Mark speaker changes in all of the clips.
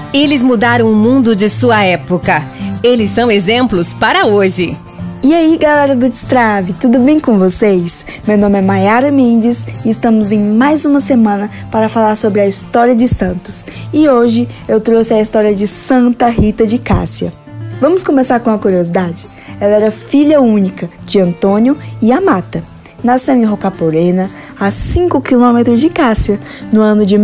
Speaker 1: Eles mudaram o mundo de sua época. Eles são exemplos para hoje.
Speaker 2: E aí, galera do Destrave, tudo bem com vocês? Meu nome é Mayara Mendes e estamos em mais uma semana para falar sobre a história de santos. E hoje eu trouxe a história de Santa Rita de Cássia. Vamos começar com uma curiosidade? Ela era filha única de Antônio e Amata. Nasceu em Rocaporena, a 5 quilômetros de Cássia, no ano de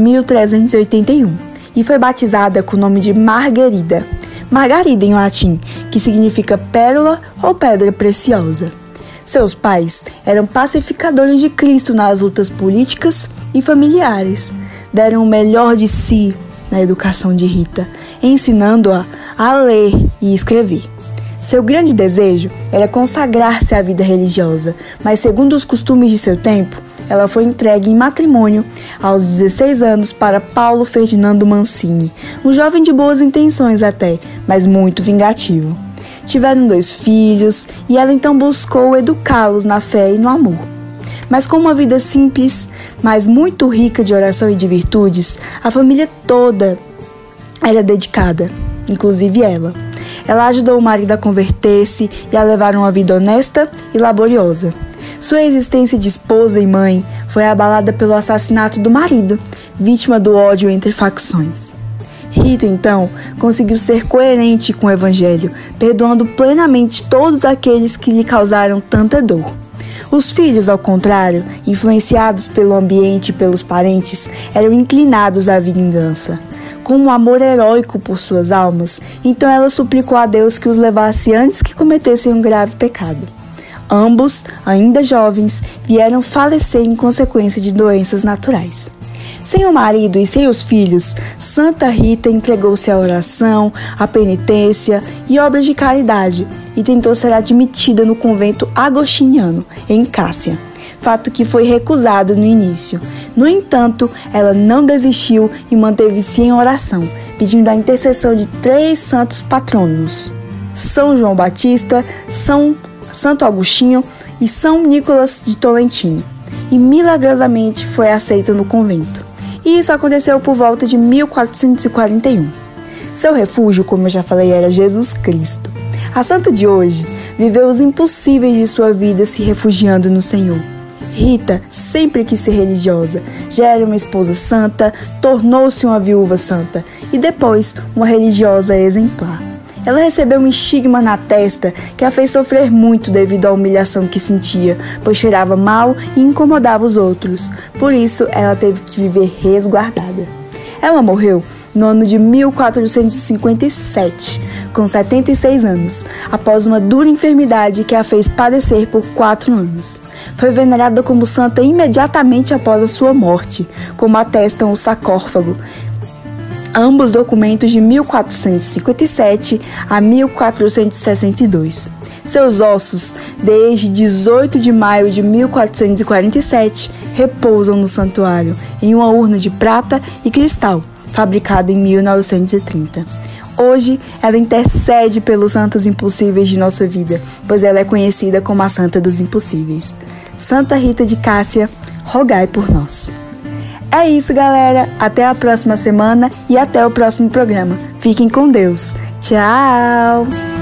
Speaker 2: 1381, e foi batizada com o nome de Margarida. Margarida em latim, que significa pérola ou pedra preciosa. Seus pais eram pacificadores de Cristo nas lutas políticas e familiares. Deram o melhor de si na educação de Rita, ensinando-a a ler e escrever. Seu grande desejo era consagrar-se à vida religiosa, mas segundo os costumes de seu tempo, ela foi entregue em matrimônio aos 16 anos para Paulo Ferdinando Mancini, um jovem de boas intenções até, mas muito vingativo. Tiveram 2 filhos e ela então buscou educá-los na fé e no amor. Mas com uma vida simples, mas muito rica de oração e de virtudes, a família toda era dedicada, inclusive ela. Ela ajudou o marido a converter-se e a levar uma vida honesta e laboriosa. Sua existência de esposa e mãe foi abalada pelo assassinato do marido, vítima do ódio entre facções. Rita, então, conseguiu ser coerente com o Evangelho, perdoando plenamente todos aqueles que lhe causaram tanta dor. Os filhos, ao contrário, influenciados pelo ambiente e pelos parentes, eram inclinados à vingança. Com um amor heróico por suas almas, então ela suplicou a Deus que os levasse antes que cometessem um grave pecado. Ambos, ainda jovens, vieram falecer em consequência de doenças naturais. Sem o marido e sem os filhos, Santa Rita entregou-se à oração, à penitência e obras de caridade e tentou ser admitida no convento agostiniano, em Cássia, fato que foi recusado no início. No entanto, ela não desistiu e manteve-se em oração, pedindo a intercessão de 3 santos patronos: São João Batista, Santo Agostinho e São Nicolas de Tolentino, e milagrosamente foi aceita no convento. E isso aconteceu por volta de 1441. Seu refúgio, como eu já falei, era Jesus Cristo. A santa de hoje viveu os impossíveis de sua vida se refugiando no Senhor. Rita sempre quis ser religiosa, já era uma esposa santa, tornou-se uma viúva santa e depois uma religiosa exemplar. Ela recebeu um estigma na testa que a fez sofrer muito devido à humilhação que sentia, pois cheirava mal e incomodava os outros. Por isso, ela teve que viver resguardada. Ela morreu no ano de 1457, com 76 anos, após uma dura enfermidade que a fez padecer por 4 anos. Foi venerada como santa imediatamente após a sua morte, como atestam o sarcófago, ambos documentos de 1457 a 1462. Seus ossos, desde 18 de maio de 1447, repousam no santuário, em uma urna de prata e cristal, fabricada em 1930. Hoje, ela intercede pelos santos impossíveis de nossa vida, pois ela é conhecida como a Santa dos Impossíveis. Santa Rita de Cássia, rogai por nós. É isso, galera. Até a próxima semana e até o próximo programa. Fiquem com Deus. Tchau!